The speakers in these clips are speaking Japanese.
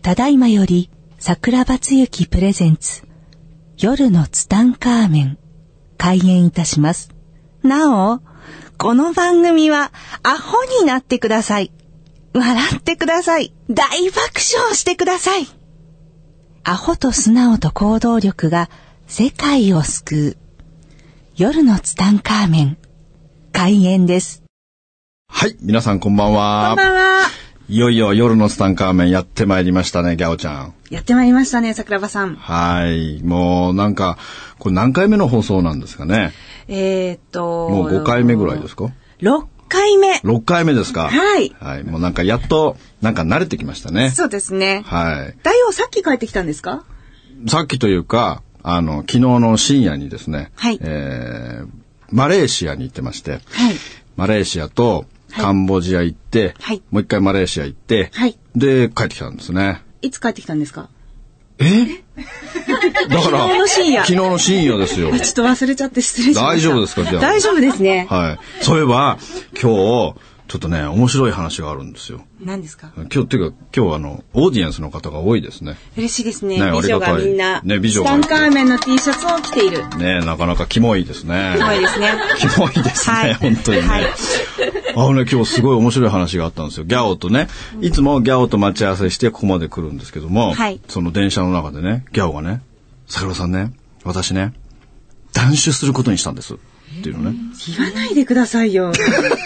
ただいまより桜庭つゆきプレゼンツ夜のツタンカーメン開演いたします。なお、この番組はアホになってください。笑ってください。大爆笑してください。アホと素直と行動力が世界を救う夜のツタンカーメン開演です。 はい、皆さんこんばんは。 こんばんは。 いよいよ夜のツタンカーメンやってまいりましたね、ギャオちゃん。 やってまいりましたね、桜庭さん。 はい、もうなんかこれ何回目の放送なんですかね。もう5回目ぐらいですか。 6回目。 6回目ですか。 はい。 はい、もうなんかやっとなんか慣れてきましたね。 そうですね。 はい。 大王さっき帰ってきたんですか？ さっきというか昨日の深夜にですね。 はい。 マレーシアに行ってまして。 はい。 マレーシアとカンボジア行って、 はい、 もう一回マレーシア行って、はい、で帰ってきたんですね。 いつ帰ってきたんですか？ だから昨日の深夜ですよ。 ちょっと忘れちゃって失礼しました。 大丈夫ですか？じゃあ大丈夫ですね。 はい。そういえば今日ちょっとね面白い話があるんですよ。 何ですか？ 今日オーディエンスの方が多いですね。 嬉しいですね。美女がみんな、 ね、美女がツタンカーメンの T シャツを着ている。 ね、なかなかキモいですね。 キモいですね。 キモいですね、はい、本当にね。はい、今日すごい面白い話があったんですよ。ギャオとね、いつもギャオと待ち合わせしてここまで来るんですけども、はい、その電車の中でね、ギャオがね、桜さんね、私ね、断酒することにしたんですっていうのね。 言わないでくださいよ。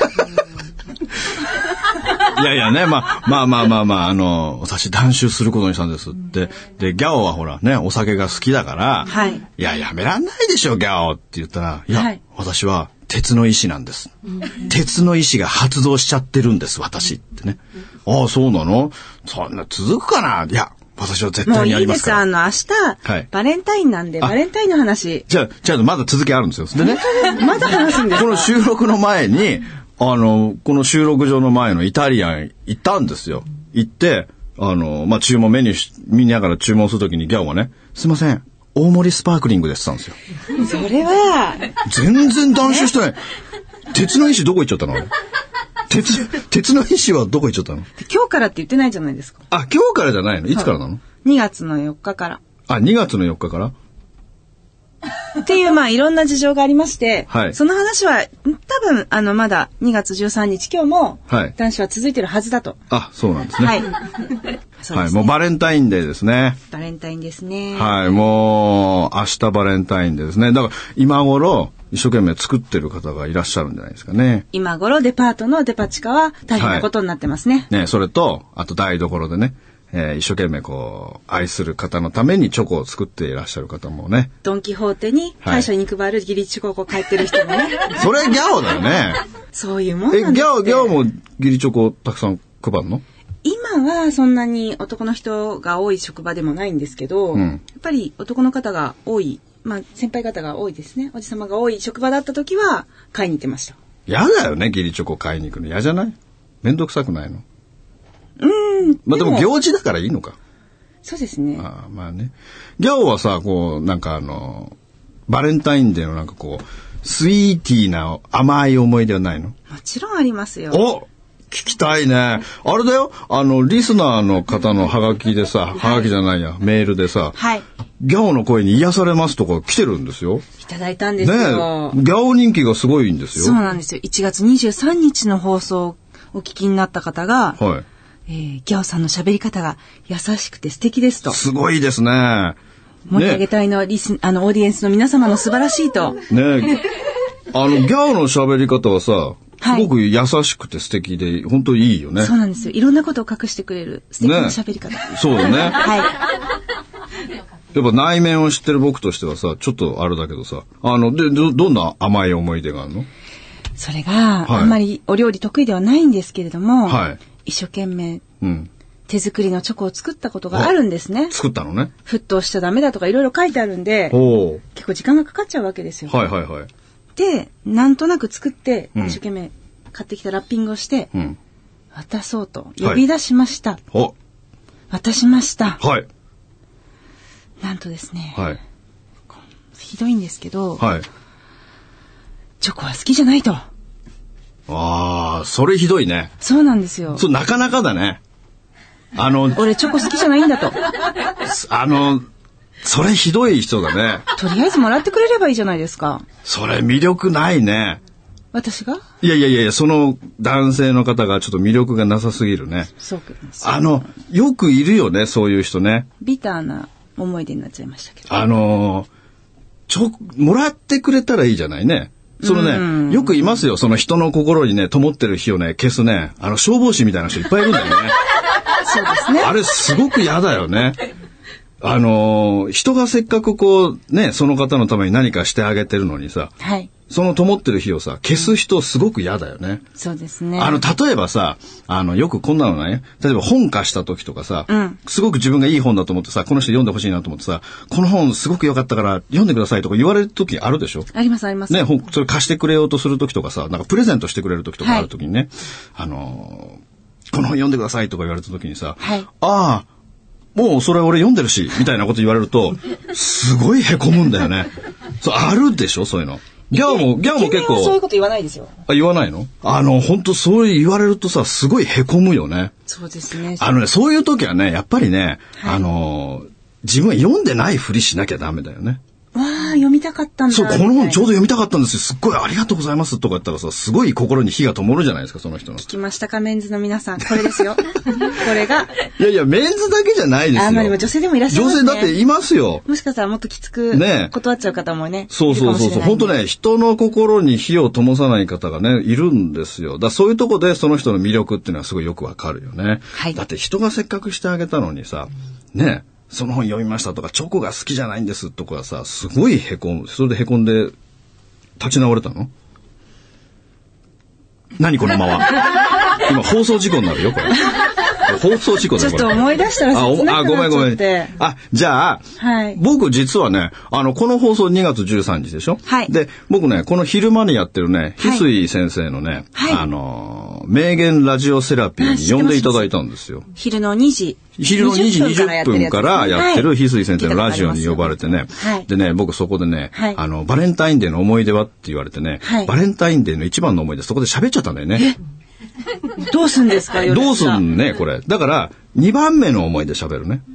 いやいやね、まあ、私断酒することにしたんですって。で、ギャオはほらね、お酒が好きだから、はい、いや、やめらんないでしょ、ギャオって言ったら、いや、はい、私は鉄の意志なんです。鉄の意志が発動しちゃってるんです、私ってね。ああ、そうなの？そんな続くかな？いや、私は絶対にやりますから。 もういいです、明日、はい、バレンタインなんで、バレンタインの話。 じゃあまだ続きあるんですよ。でね。 まだ話すんですか？ この収録の前に、この収録場の前のイタリアン行ったんですよ。行って、注文メニュー見ながら注文するときにギャオがね、すいません、大盛りスパークリングですって言ったんですよ。 それは、 全然断酒してない。鉄の意志どこ行っちゃったの？鉄の意志はどこ行っちゃったの？ 今日からって言ってないじゃないですか。 あ、今日からじゃないの？いつからなの ？2月の4日から。 あ、2月の4日からっていう、いろんな事情がありまして、はい、その話は多分まだ2月13日今日も断酒は続いてるはずだと。 あ、そうなんですね。 はい。 はい、もうバレンタインデーですね。 バレンタインですね。 はい、もう明日バレンタインデーですね。だから今頃一生懸命作ってる方がいらっしゃるんじゃないですかね。 今頃デパートのデパ地下は大変なことになってますね。 はい、ね、それとあと台所でね。一生懸命愛する方のためにチョコを作っていらっしゃる方もね。 ドンキホーテに歯医者に配る義理チョコを買ってる人もね。 それギャオだよね。 そういうもんなんですよ。 ギャオも義理チョコたくさん配るの？ 今はそんなに男の人が多い職場でもないんですけど、やっぱり男の方が多い、先輩方が多いですね。おじさまが多い職場だった時は買いに行ってました。 嫌だよね、義理チョコ買いに行くの。嫌じゃない？めんどくさくないの？でも行事だからいいのか。 そうですね。 まあね。ギャオはさ、バレンタインデーのスイーティーな甘い思い出はないの？もちろんありますよ。 お、聞きたいね。あれだよ。リスナーの方のハガキでさ、ハガキじゃないや、メールでさ、 はい。 ギャオの声に癒されますとか来てるんですよ。 いただいたんですよ。 ね、ギャオ人気がすごいんですよ。 そうなんですよ。1月23日の放送をお聞きになった方が、 はい。 ギャオさんの喋り方が優しくて素敵ですと。 すごいですね。 盛り上げ隊のオーディエンスの皆様の素晴らしいと。 ね、ギャオの喋り方はさ、すごく優しくて素敵で本当にいいよね。 そうなんですよ。いろんなことを隠してくれる素敵な喋り方。 そうだね。 はい。 やっぱ内面を知ってる僕としてはさ、ちょっとあれだけどさ、どんな甘い思い出があるの？ それが、あんまりお料理得意ではないんですけれども、 はい、 一生懸命、手作りのチョコを作ったことがあるんですね。 作ったのね。 沸騰しちゃダメだとかいろいろ書いてあるんで、結構時間がかかっちゃうわけですよ。 はいはいはい。 で、なんとなく作って、一生懸命買ってきたラッピングをして、渡そうと呼び出しました。渡しました。 はい。 なんとですね、 はい、 ひどいんですけど、 はい、 チョコは好きじゃないと。 ああ、それひどいね。 そうなんですよ。 なかなかだね。 俺チョコ好きじゃないんだと。 それひどい人だね。 とりあえずもらってくれればいいじゃないですか。 それ魅力ないね。 私が？ いや、その男性の方がちょっと魅力がなさすぎるね。 そうか。 よくいるよね、そういう人ね。 ビターな思い出になっちゃいましたけど。 もらってくれたらいいじゃないね。そのね、よくいますよ。その人の心にね、灯ってる火をね、消すね、消防士みたいな人いっぱいいるんだよね。 そうですね。 あれすごく嫌だよね。人がせっかくこう、ね、その方のために何かしてあげてるのにさ、 はい。 その灯ってる火をさ、消す人すごく嫌だよね。 そうですね。 例えばさ、よくこんなのね、例えば本貸した時とかさ、すごく自分がいい本だと思ってさ、この人読んでほしいなと思ってさ、この本すごく良かったから読んでくださいとか言われる時あるでしょ？ ありますあります。 ね、それ貸してくれようとする時とかさ、なんかプレゼントしてくれる時とかある時にね、この本読んでくださいとか言われた時にさ、 はい。 ああ、もうそれ俺読んでるし、みたいなこと言われると、すごい凹むんだよね。そう、あるでしょ、そういうの。ギャオも結構。 そういうこと言わないですよ。 言わないの？本当そう言われるとさ、すごい凹むよね。 そうですね。 そういう時はね、やっぱりね、自分は読んでないふりしなきゃダメだよね。 わあ、読みたかったんだ。 そう、この本ちょうど読みたかったんですよ。すっごいありがとうございますとか言ったらさ、すごい心に火が灯るじゃないですか、その人の。 聞きましたか、メンズの皆さん。これですよ。これが。 いや、メンズだけじゃないですよ。 でも女性でもいらっしゃいますね。 女性だっていますよ。 もしかしたらもっときつく断っちゃう方もね。 そう。本当ね、人の心に火を灯さない方がね、いるんですよ。そういうとこでその人の魅力っていうのはすごいよくわかるよね。 はい。 だって人がせっかくしてあげたのにさ、ね、その本読みましたとか、チョコが好きじゃないんですとかさ、すごい凹む。それで凹んで、立ち直れたの？何この間は。今放送事故になるよ、これ。放送事故だよ、 ちょっと思い出したら切なくなっちゃって。 じゃあ、 はい、 僕実はね、この放送2月13日でしょ？ はい。 で、僕ね、この昼間にやってるね、翡翠先生のね、 はい、 名言ラジオセラピーに呼んでいただいたんですよ。 昼の2時 20分からやってる翡翠先生のラジオに呼ばれてね。 はい、 でね、僕そこでね、 はい、 バレンタインデーの思い出はって言われてね、 はい、 バレンタインデーの一番の思い出、そこで喋っちゃったんだよね。 どうすんですか？ どうすんね、これ。だから、2番目の思い出喋るね。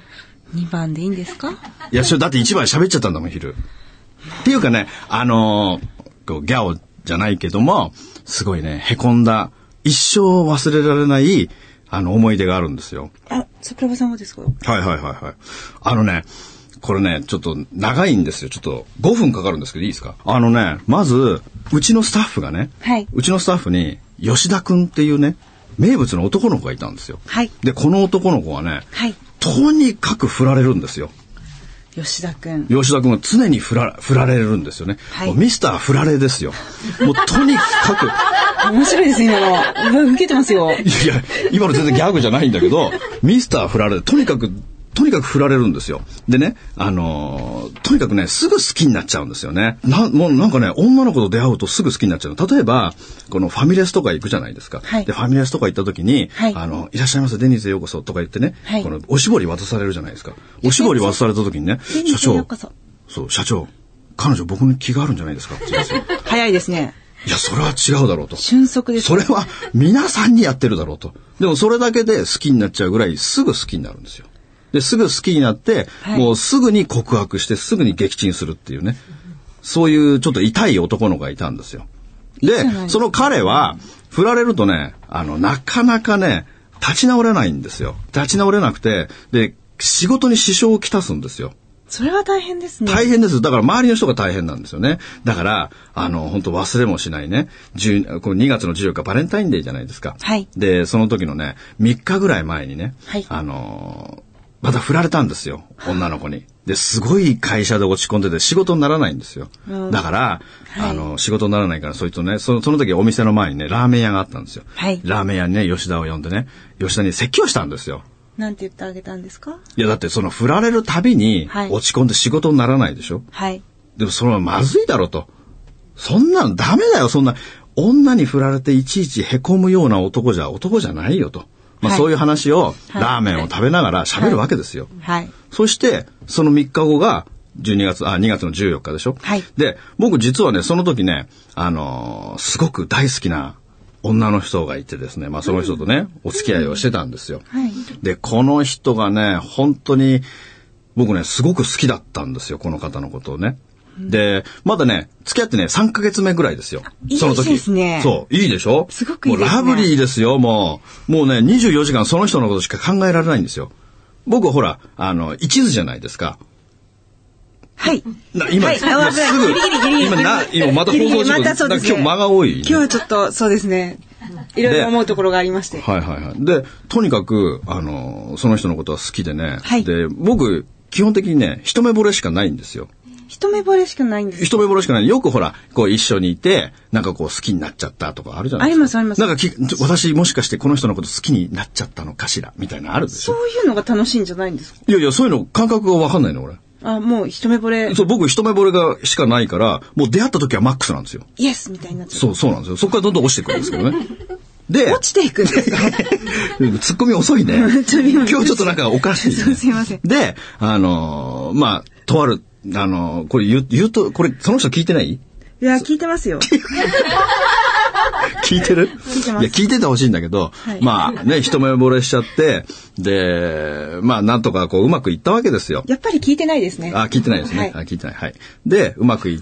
2番でいいんですか？ いや、それだって1番喋っちゃったんだもん、昼。っていうかね、ギャオじゃないけども、すごいね、凹んだ、一生忘れられない、思い出があるんですよ。 桜庭さんはですか？ はい。これね、ちょっと長いんですよ。ちょっと5分かかるんですけどいいですか？まず、うちのスタッフがね、 はい、 うちのスタッフに、吉田くんっていうね、名物の男の子がいたんですよ。 はい。 で、この男の子はね、 はい、 とにかく振られるんですよ。 吉田くんは常に振られるんですよね。 はい、 もうミスター振られですよ。もうとにかく。 面白いです今の。受けてますよ。 いや、今の全然ギャグじゃないんだけど、ミスター振られ、とにかく振られるんですよ。でね、とにかくね、すぐ好きになっちゃうんですよね。もうなんかね、女の子と出会うとすぐ好きになっちゃう。例えば、このファミレスとか行くじゃないですか。 はい、 で、ファミレスとか行った時に、 はい、 いらっしゃいませ、デニーズへようこそとか言ってね、 はい、 このおしぼり渡されるじゃないですか。おしぼり渡された時にね、社長、彼女僕に気があるんじゃないですかって言うんですよ。 早いですね。 いや、それは違うだろうと。 俊足です、ね。 それは皆さんにやってるだろうと。でもそれだけで好きになっちゃうぐらいすぐ好きになるんですよ。で、すぐ好きになって、はい、もうすぐに告白してすぐに撃沈するっていうね。そういうちょっと痛い男の子がいたんですよ。で、その彼は振られるとね、なかなかね、立ち直れないんですよ。立ち直れなくて、で、仕事に支障をきたすんですよ。 それは大変ですね。 大変です。だから周りの人が大変なんですよね。だから、本当忘れもしないね。この2月の14日バレンタインデーじゃないですか。 はい。 で、その時のね、3日ぐらい前にね、 はい。 また振られたんですよ。女の子に。で、すごい会社で落ち込んでて仕事にならないんですよ。だから、はい、仕事にならないから、そいつとね、その時お店の前にね、ラーメン屋があったんですよ。 はい。 ラーメン屋にね、吉田を呼んでね、吉田に説教したんですよ。 なんて言ってあげたんですか？ いや、だってその振られるたびに落ち込んで仕事にならないでしょ？ はい。 でもそれはまずいだろうと。そんなのダメだよ、そんな。女に振られていちいち凹むような男じゃないよと。まあ、はい、そういう話を、ラーメンを食べながら喋るわけですよ。 はい。 そして、その3日後が2月の14日でしょ。 はい。 で、僕実はね、その時ね、すごく大好きな女の人がいてですね、まあその人とね、お付き合いをしてたんですよ。で、この人がね、本当に、僕ね、すごく好きだったんですよ、この方のことをね。で、まだね、付き合ってね、3ヶ月目ぐらいですよ。その時。 いいですね。 そう、いいでしょ？ すごくいいですね。 もうラブリーですよ、もうね、24時間その人のことしか考えられないんですよ。僕はほら、一途じゃないですか。 はい。 今、 はい、 すぐ、今また放送事故、 またそうですね、 今日間が多い、ね。 今日はちょっと、そうですね。いろいろ思うところがありまして。 はいはいはい。で、とにかく、その人のことは好きでね。 はい。 で、僕、基本的にね、一目惚れしかないんですよ。 一目惚れしかないんですか？ 一目惚れしかない。よくほら、こう一緒にいて、なんかこう好きになっちゃったとかあるじゃないですか。 あります。 なんか私もしかしてこの人のこと好きになっちゃったのかしらみたいなのあるでしょ。 そういうのが楽しいんじゃないんですか？ いや、そういうの感覚がわかんないの俺。 もう一目惚れ。 そう、僕一目惚れがしかないから、もう出会った時はマックスなんですよ。 イエスみたいになっちゃう。 そうなんですよ。そこからどんどん落ちてくるんですけどね。で、 落ちていくんですか？ ツッコミ遅いね。今日ちょっとなんかおかしい、ね。 そう、すいません。 で、まあ、とある、これ言うと、これ、その人聞いてない？ いや、聞いてますよ。 聞いてる？ 聞いてます。 いや、聞いててほしいんだけど、はい、まあね、一目惚れしちゃって、で、まあ、なんとかこう、うまくいったわけですよ。 やっぱり聞いてないですね。 聞いてないですね。はい、聞いてない。はい。で、うまくいって、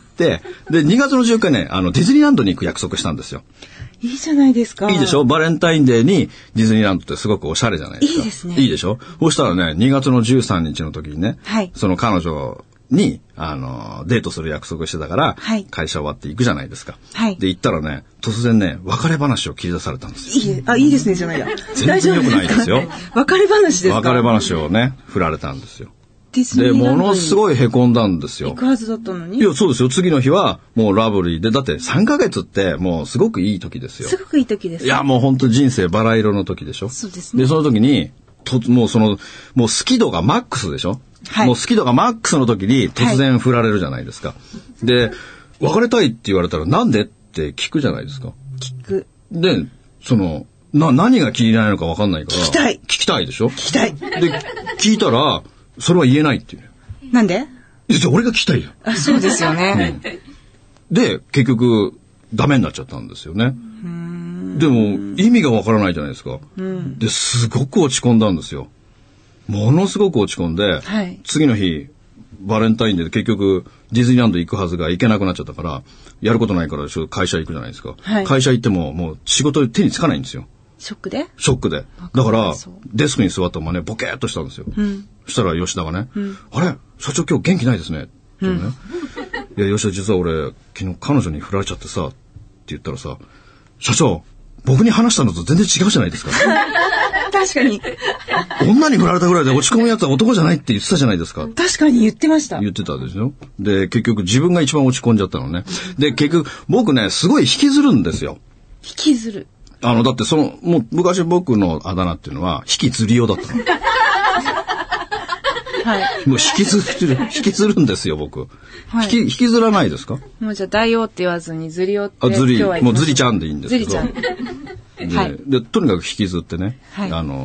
で、2月の14日ね、ディズニーランドに行く約束したんですよ。 いいじゃないですか。 いいでしょ？バレンタインデーにディズニーランドってすごくおしゃれじゃないですか。 いいですね。 いいでしょ？そうしたらね、2月の13日の時にね、 はい、 その彼女に、デートする約束してたから、はい、会社終わって行くじゃないですか。 はい。 で、行ったらね、突然ね、別れ話を切り出されたんですよ。 いいですね、じゃないや。 全然良くないですよ。 別れ話ですか？ 別れ話をね、振られたんですよ。 で、 ものすごい凹んだんですよ。 行くはずだったのに。 いや、そうですよ。次の日は、もうラブリーで、だって3ヶ月って、もうすごくいい時ですよ。 すごくいい時です。 いや、もう本当人生バラ色の時でしょ。 そうですね。 で、その時に、もうもう好き度がマックスでしょ。はい。もう好き度がマックスの時に突然振られるじゃないですか。はい、で、別れたいって言われたらなんでって聞くじゃないですか。 聞く。 で、何が気に入らないのか分かんないから。聞きたいでしょ。 聞きたい。 で、聞いたら、それは言えないっていう。 なんで？ いや、俺が聞きたいよ。 そうですよね。 で、結局、ダメになっちゃったんですよね。でも、意味がわからないじゃないですか。で、すごく落ち込んだんですよ。ものすごく落ち込んで、はい、次の日、バレンタインで結局、ディズニーランド行くはずが行けなくなっちゃったから、やることないから会社行くじゃないですか。はい、会社行っても、もう仕事手につかないんですよ。 ショックで。 だから、デスクに座ったままね、ボケーっとしたんですよ。そしたら吉田がね、あれ社長今日元気ないですね。ってね。いや、吉田実は俺、昨日彼女に振られちゃってさ、って言ったらさ、社長、僕に話したのと全然違うじゃないですか。 確かに。 女に振られたぐらいで落ち込むやつは男じゃないって言ってたじゃないですか。 確かに言ってました。 言ってたでしょ。で、結局自分が一番落ち込んじゃったのね。で、結局僕ね、すごい引きずるんですよ。 引きずる。 だってもう昔僕のあだ名っていうのは、引きずりようだったの。はい。もう引きずるんですよ、僕。はい。引きずらないですか？ もうじゃあ、大王って言わずに、ずりおって。 もうずりちゃんでいいんですけど。 ずりちゃん。 はい。で、とにかく引きずってね。はい。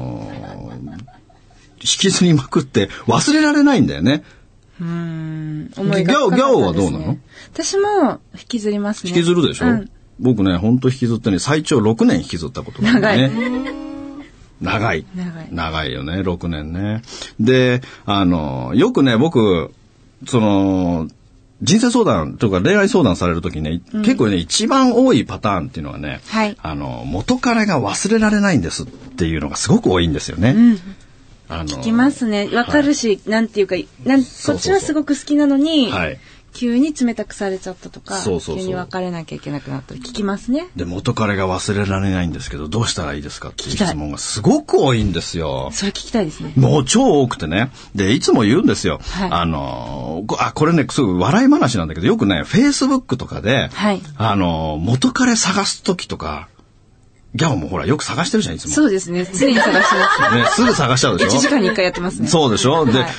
引きずりまくって忘れられないんだよね。 思いがギャオはどうなの？ 私も引きずりますね。 引きずるでしょ？僕ね、ほんと引きずってね、最長6年引きずったことがあるね。長いよね、6年ね。で、よくね、僕、人生相談とか恋愛相談されるときね、結構ね、一番多いパターンっていうのはね、はい、元彼が忘れられないんですっていうのがすごく多いんですよね。 聞きますね。わかるし、はい、なんていうか、こっちはすごく好きなのに、はい、急に冷たくされちゃったとか、急に別れなきゃいけなくなったら聞きますね。 で、元彼が忘れられないんですけど、どうしたらいいですかっていう質問がすごく多いんですよ。 それ聞きたいですね。 もう超多くてね。で、いつも言うんですよ。はい、これね、すごい笑い話なんだけど、よくね、Facebook とかで、はい、元彼探すときとか、ギャオもほらよく探してるじゃんいつも。 そうですね。常に探してますね。すぐ探しちゃうでしょ。 1時間に1回やってますね。 そうでしょ。で、はい、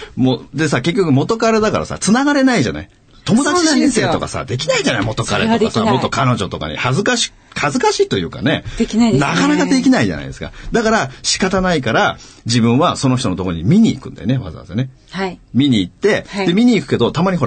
でさ結局元彼だからさ繋がれないじゃない。友達申請とかさできないじゃない元彼とかさ元彼女とかに恥ずかしいというかね。 できないですね。 なかなかできないじゃないですか。だから仕方ないから自分はその人のところに見に行くんだよねわざわざね。はい。見に行って、はい、で見に行くけどたまにほら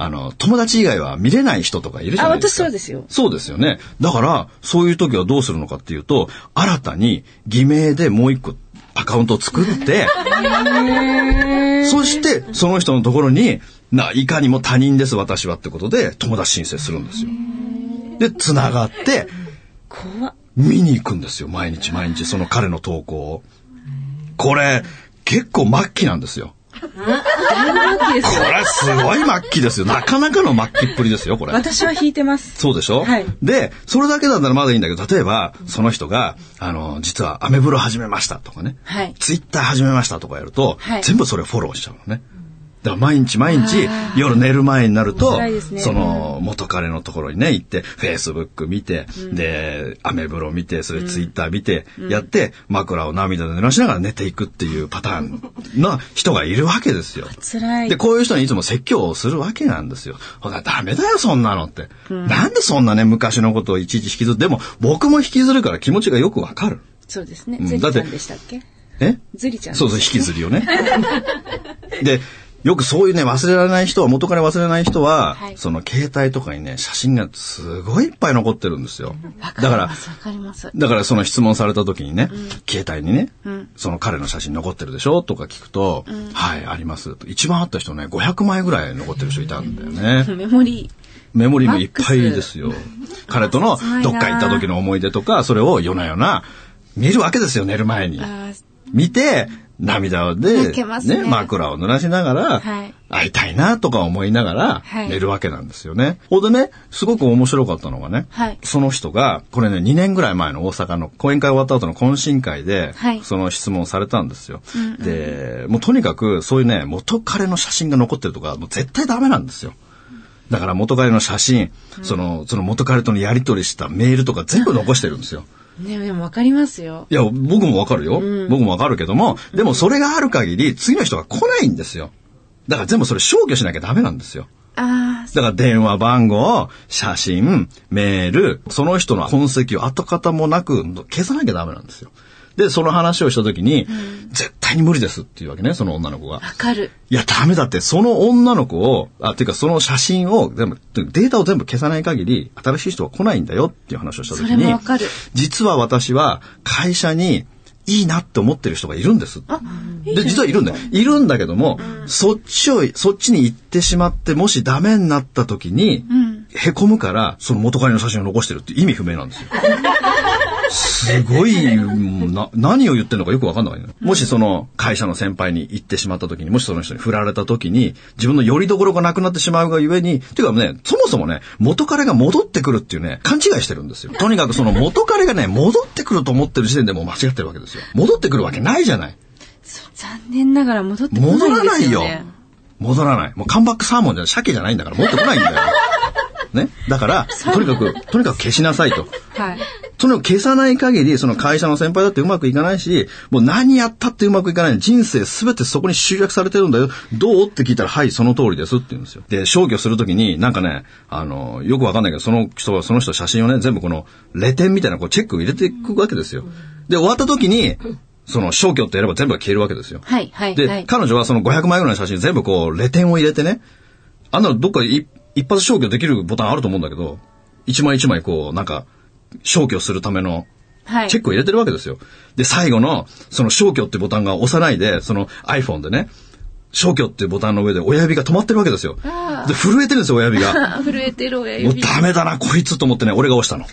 友達以外は見れない人とかいるじゃないですか。 私そうですよ。 そうですよね。だから、そういう時はどうするのかっていうと、新たに偽名でもう一個アカウントを作って、そして、その人のところに、いかにも他人です私はってことで友達申請するんですよ。で、繋がって、見に行くんですよ。毎日毎日その彼の投稿を。これ、結構末期なんですよ。これすごい末期ですよ。なかなかの末期っぷりですよ、これ。 私は引いてます。 そうでしょ、 はい、 で、それだけだったらまだいいんだけど、例えば、その人が、実はアメブロ始めましたとかね、 はい、 ツイッター始めましたとかやると、 はい、 全部それフォローしちゃうのね。だから毎日毎日夜寝る前になると、その元彼のところにね行ってフェイスブック見て、でアメブロ見てそれツイッター見てやって、枕を涙で濡らしながら寝ていくっていうパターンの人がいるわけですよ。 辛い。 でこういう人にいつも説教をするわけなんですよ。ほらダメだよそんなのって、なんでそんなね昔のことをいちいち引きずって、でも僕も引きずるから気持ちがよくわかる。 そうですね。ズリちゃんでしたっけ？ズリちゃん。 そう引きずりをね。でよくそういうね、忘れられない人は、元から忘れない人は、はい、その携帯とかにね、写真がすごいいっぱい残ってるんですよ。だからその質問された時にね、携帯にね、その彼の写真残ってるでしょとか聞くと、はい、あります。一番あった人ね、500枚ぐらい残ってる人いたんだよね。 メモリもいっぱいですよ。彼とのどっか行った時の思い出とか、それを夜な夜な見るわけですよ、寝る前に。見て、涙で、ね、枕を濡らしながら、会いたいなとか思いながら寝るわけなんですよね。ほんでね、すごく面白かったのがね、その人が、これね、2年ぐらい前の大阪の講演会終わった後の懇親会で、その質問をされたんですよ。で、もうとにかくそういうね、元彼の写真が残ってるとか、もう絶対ダメなんですよ。だから元彼の写真、その元彼とのやり取りしたメールとか全部残してるんですよ。 ね、でも分かりますよ。 いや、僕も分かるよ。僕も分かるけども、でもそれがある限り、次の人が来ないんですよ。だから全部それ消去しなきゃダメなんですよ。だから電話番号、写真、メール、その人の痕跡を跡形もなく消さなきゃダメなんですよ。で、その話をした時に、絶対に無理ですっていうわけね、その女の子が。 わかる。 いや、ダメだって、その女の子を、っていうかその写真をデータを全部消さない限り、新しい人は来ないんだよっていう話をした時に、 それもわかる。 実は私は会社にいいなって思ってる人がいるんです。で、実はいるんだよ。いるんだけども、そっちに行ってしまって、もしダメになった時に、凹むから、その元彼の写真を残してるって意味不明なんですよ。すごい、何を言ってるのかよくわかんない。もしその会社の先輩に行ってしまった時に、もしその人に振られた時に、自分の拠り所がなくなってしまうがゆえに、っていうかね、そもそもね、元彼が戻ってくるっていうね、勘違いしてるんですよ。とにかくその元彼がね、戻ってくると思ってる時点でもう間違ってるわけですよ。戻ってくるわけないじゃない。 残念ながら戻ってこないんですよね。 戻らないよ。戻らない。もうカムバックサーモンじゃない、鮭じゃないんだから戻ってこないんだよ。ね。だから、とにかく消しなさいと。 はい。 その消さない限り、その会社の先輩だってうまくいかないし、もう何やったってうまくいかない。人生すべてそこに集約されてるんだよ。どうって聞いたら、はい、その通りですって言うんですよ。で、消去するときに、なんかね、よくわかんないけど、その人写真をね、全部この、レ点みたいなこうチェックを入れていくわけですよ。で、終わったときに、その消去ってやれば全部が消えるわけですよ。 はい、はい。 で、彼女はその500枚ぐらいの写真全部こう、レ点を入れてね、どっか一発消去できるボタンあると思うんだけど、一枚一枚こう、なんか、消去するための、チェックを入れてるわけですよ。で、最後の、その消去ってボタンが押さないで、その iPhone でね、消去ってボタンの上で親指が止まってるわけですよ。で、震えてるんですよ、親指が。 震えてる親指。 もうダメだな、こいつと思ってね、俺が押したの。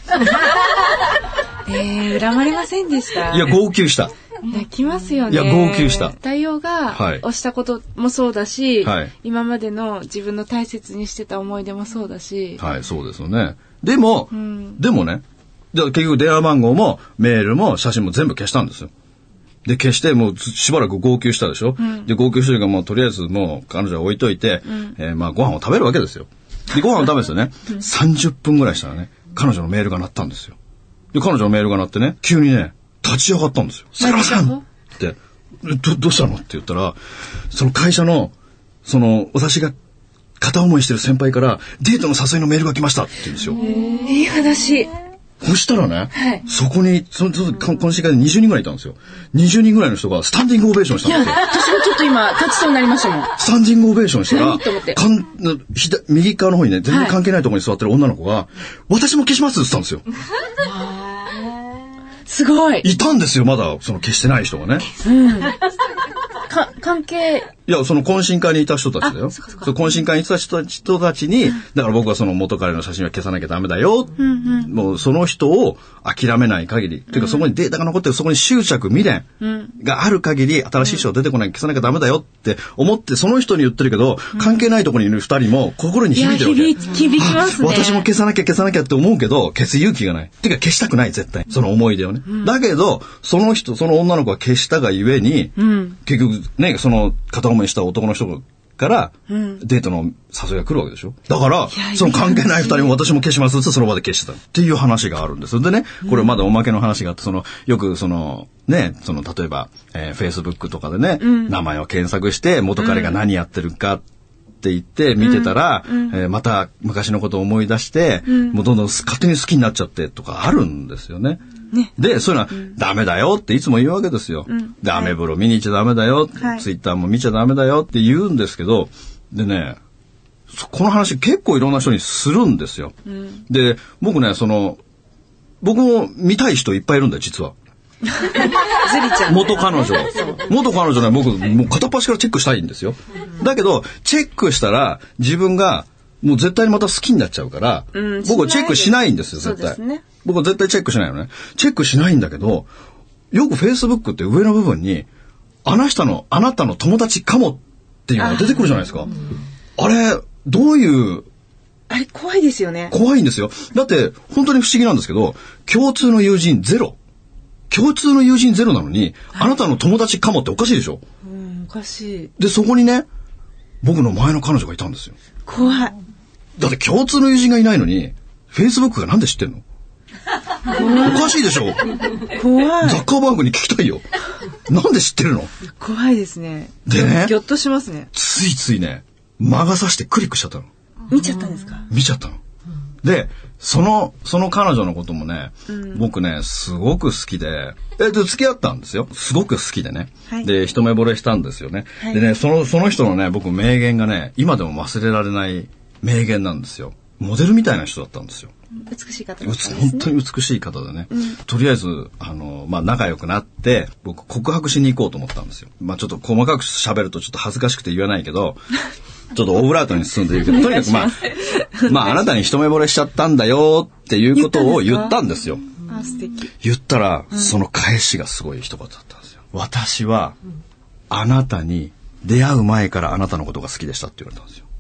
恨まれませんでした。 いや、号泣した。 泣きますよね。 いや、号泣した。 太陽が押したこともそうだし、 はい、 今までの自分の大切にしてた思い出もそうだし。 はい、そうですよね。でもね、結局電話番号もメールも写真も全部消したんですよ。で、消してもうしばらく号泣したでしょ。で、号泣してるからもうとりあえずもう彼女は置いといて、まあご飯を食べるわけですよ。で、ご飯を食べてね、30分ぐらいしたらね、彼女のメールが鳴ったんですよ。で、彼女のメールが鳴ってね、急にね、立ち上がったんですよ。桜さんって、どうしたのって言ったら、その会社の、私が片思いしてる先輩からデートの誘いのメールが来ましたって言うんですよ。 いい話。 そしたらね、そこに、懇親会で20人ぐらいいたんですよ。20人ぐらいの人がスタンディングオベーションしたんですよ。 私もちょっと今、立ちそうになりましたもん。 スタンディングオベーションしたら、右側の方にね、全然関係ないところに座ってる女の子が、私も消しますって言ったんですよ。 すごい。 いたんですよ、まだ、消してない人がね。 関係。 いや、その懇親会にいた人たちだよ。懇親会にいた人たちに、だから僕はその元彼の写真は消さなきゃダメだよ。もうその人を諦めない限り、というかそこにデータが残ってる、そこに執着未練がある限り、新しい人が出てこない、消さなきゃダメだよって思って、その人に言ってるけど、関係ないところにいる二人も心に響いてるわけ。 響きますね。 私も消さなきゃって思うけど、消す勇気がない。てか消したくない、絶対。その思い出をね。だけど、その女の子が消したがゆえに、結局ね、その片思いした男の人からデートの誘いが来るわけでしょ。だから、その関係ない二人も私も消しますってその場で消してたっていう話があるんです。でね、これまだおまけの話があって、よく例えば、Facebook とかでね、名前を検索して元彼が何やってるかって言って見てたら、また昔のことを思い出して、もうどんどん勝手に好きになっちゃってとかあるんですよね。で、そういうのはダメだよっていつも言うわけですよ。で、アメブロ見に行っちゃダメだよ、ツイッターも見ちゃダメだよって言うんですけど、でね、この話結構いろんな人にするんですよ。で、僕ね、僕も見たい人いっぱいいるんだよ、実は。 ズリちゃん。 元彼女ね、僕、もう片っ端からチェックしたいんですよ。だけど、チェックしたら、自分が、もう絶対にまた好きになっちゃうから、僕はチェックしないんですよ、絶対。僕は絶対チェックしないのね。チェックしないんだけど、よく Facebook って上の部分に、あなたの友達かもっていうのが出てくるじゃないですか。あれ、どういう、 あれ怖いですよね。 怖いんですよ。だって、本当に不思議なんですけど、共通の友人ゼロなのに、あなたの友達かもっておかしいでしょ。 おかしい。 で、そこにね、僕の前の彼女がいたんですよ。 怖い。 だって共通の友人がいないのに、Facebook がなんで知ってんの？おかしいでしょ。 怖い。 ザッカーバーグに聞きたいよ。なんで知ってるの？ 怖いですね。 でね、 ぎょっとしますね。 ついついね、魔が差してクリックしちゃったの。 見ちゃったんですか？ 見ちゃったの。で、その彼女のこともね、僕ね、すごく好きで、付き合ったんですよ。すごく好きでね。で、一目惚れしたんですよね。でね、その人のね、僕名言がね、今でも忘れられない名言なんですよ。モデルみたいな人だったんですよ。 美しい方だったんですね。 本当に美しい方でね。とりあえず、仲良くなって、僕告白しに行こうと思ったんですよ。ちょっと細かく喋るとちょっと恥ずかしくて言えないけど、ちょっとオブラートに包んで言うけど、とにかくあなたに一目惚れしちゃったんだよっていうことを言ったんですよ。 素敵。 言ったら、その返しがすごい一言だったんですよ。私は、あなたに出会う前からあなたのことが好きでしたって言われたんですよ。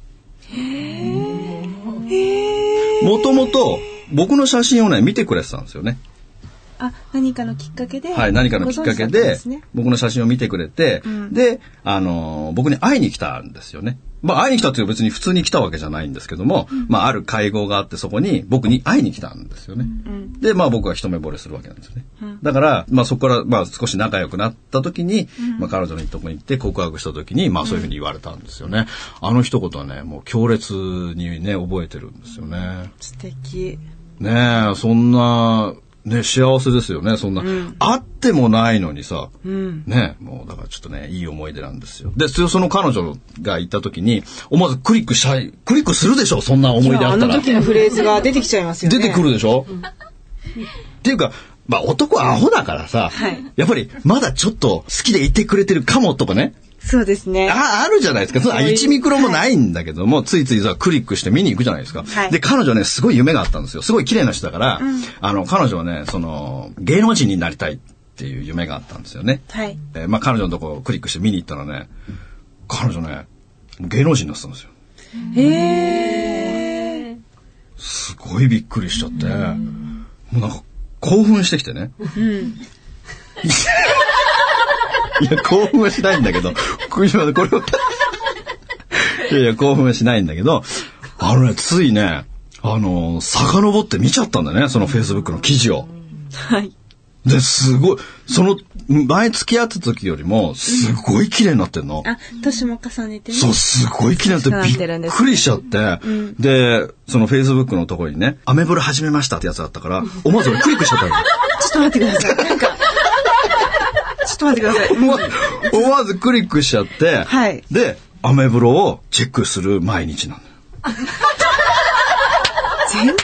もともと僕の写真をね見てくれてたんですよね。 何かのきっかけで。 はい、何かのきっかけで僕の写真を見てくれて、で、僕に会いに来たんですよね。会いに来たっていう別に普通に来たわけじゃないんですけども、ある会合があってそこに僕に会いに来たんですよね。で、僕は一目惚れするわけなんですよね。だから、そこから少し仲良くなった時に、彼女のとこに行って告白した時に、そういうふうに言われたんですよね。あの一言はね、もう強烈にね、覚えてるんですよね。 素敵。 ねえ、そんな、ね、幸せですよね、そんな。あってもないのにさ、ね、もうだからちょっとね、いい思い出なんですよ。で、その彼女がいた時に、思わずクリックするでしょ、そんな思い出あったら。 あの時のフレーズが出てきちゃいますよね。 出てくるでしょ、っていうか、男はアホだからさ、やっぱりまだちょっと好きでいてくれてるかもとかね。 そうですね。 あるじゃないですか。1ミクロもないんだけども、ついついさ、クリックして見に行くじゃないですか。で、彼女ね、すごい夢があったんですよ。すごい綺麗な人だから、彼女はね、芸能人になりたいっていう夢があったんですよね。彼女のとこクリックして見に行ったらね、彼女ね、芸能人になってたんですよ。すごいびっくりしちゃって、もうなんか興奮してきてね。いや、興奮はしないんだけど、これをいや、興奮はしないんだけど、ついね、遡って見ちゃったんだね、その Facebook の記事を。 で、すごい、前付き合ってた時よりも、すごい綺麗になってんの。 年も重ねてね。 そう、すごい綺麗になってびっくりしちゃって、で、その Facebook のところにね、アメブロ始めましたってやつだったから、思わずクリックしちゃったの。 ちょっと待ってください。ちょっと待ってください。 思わずクリックしちゃって、はい、で、アメブロをチェックする毎日なのよ。 全然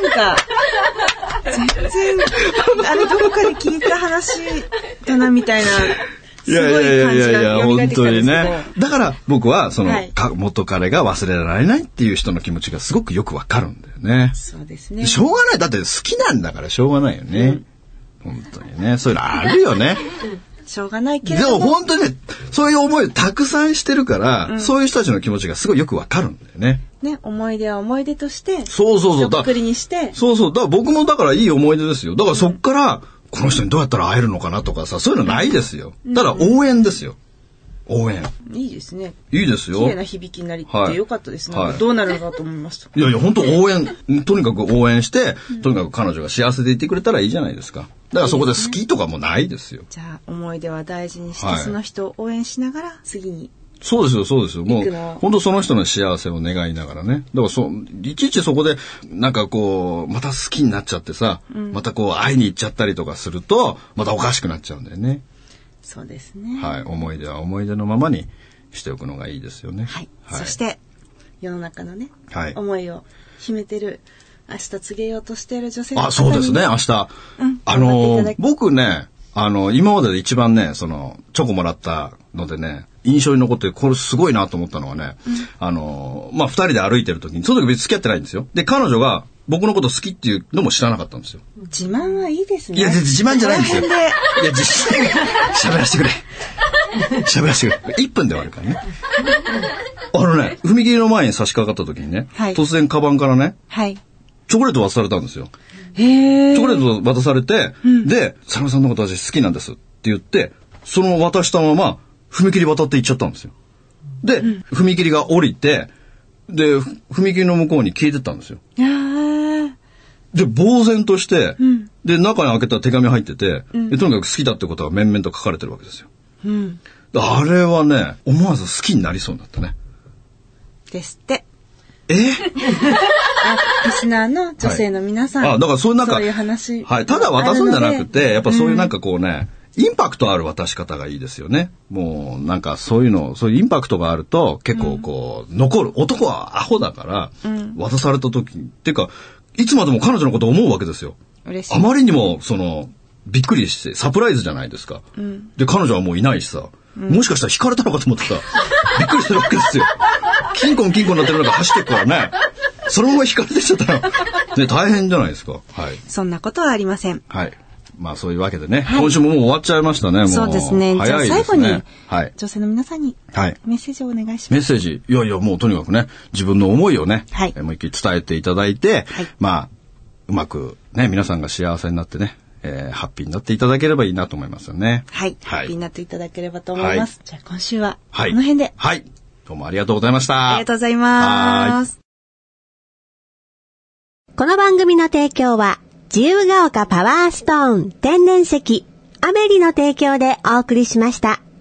どこかで聞いた話だなみたいな、すごい感じが蘇ってきたんですけど。本当にね。 だから僕は、元彼が忘れられないっていう人の気持ちがすごくよくわかるんだよね。 そうですね。 しょうがない。だって好きなんだからしょうがないよね。本当にね。そういうのあるよね。 しょうがないけれども。 でも本当にね、そういう思いをたくさんしてるから、そういう人たちの気持ちがすごいよくわかるんだよね。 ね、思い出は思い出として、 そう。 作りにして。 そう。だから僕もだからいい思い出ですよ。だからそっから、この人にどうやったら会えるのかなとかさ、そういうのないですよ。ただ応援ですよ。応援。 いいですね。 いいですよ。 綺麗な響きになりってよかったですね。どうなるのかと思いました。 いや、本当応援、とにかく応援して、とにかく彼女が幸せでいてくれたらいいじゃないですか。だからそこで好きとかもないですよ。 じゃあ、思い出は大事にして、その人を応援しながら、次に。 そうですよ。もう、本当その人の幸せを願いながらね。だからいちいちそこで、なんかこう、また好きになっちゃってさ、またこう、会いに行っちゃったりとかすると、またおかしくなっちゃうんだよね。 そうですね。 はい。思い出は思い出のままにしておくのがいいですよね。 はい。そして、世の中のね、思いを秘めてる、明日告げようとしている女性の方に。 そうですね、明日。僕ね、今までで一番ね、チョコもらったのでね、印象に残ってこれすごいなと思ったのはね、二人で歩いてる時に、その時別に付き合ってないんですよ。で、彼女が僕のこと好きっていうのも知らなかったんですよ。 自慢はいいですね。 いや、自慢じゃないんですよ。いや、喋らせてくれ。1分で終わるからね。踏切の前に差し掛かった時にね、突然カバンからね、チョコレート渡されたんですよ。チョコレート渡されて、で、佐野さんのこと私好きなんですって言って、その渡したまま、踏切渡って行っちゃったんですよ。で、踏切が降りて、で、踏切の向こうに消えてったんですよ。で、呆然として、で、中に開けたら手紙入ってて、とにかく好きだってことが面々と書かれてるわけですよ。あれはね、思わず好きになりそうになったね。 ですって。リスナーの女性の皆さん。 だからそういう話。 はい。ただ渡すんじゃなくて、やっぱそういうなんかこうね、インパクトある渡し方がいいですよね。もうなんかそういうインパクトがあると結構こう、残る。男はアホだから、渡された時っていうか、いつまでも彼女のことを思うわけですよ。 嬉しい。 あまりにもびっくりして、サプライズじゃないですか。で、彼女はもういないしさ、もしかしたら惹かれたのかと思ってさ、びっくりしてるわけですよ。キンコンになってるのが走っていくからね。そのまま惹かれてきちゃったら、ね、大変じゃないですか。はい。 そんなことはありません。 はい。まあそういうわけでね、今週ももう終わっちゃいましたね。もうそうですね。 早いですね。 じゃあ最後に、女性の皆さんにメッセージをお願いします。 メッセージ。いやもうとにかくね、自分の思いをね、もう一回伝えていただいて、まあうまくね、皆さんが幸せになってね、ハッピーになっていただければいいなと思いますよね。 はい。ハッピーになっていただければと思います。じゃあ今週はこの辺で。 はい。どうもありがとうございました。 ありがとうございます。 この番組の提供は、自由が丘パワーストーン天然石アメリの提供でお送りしました。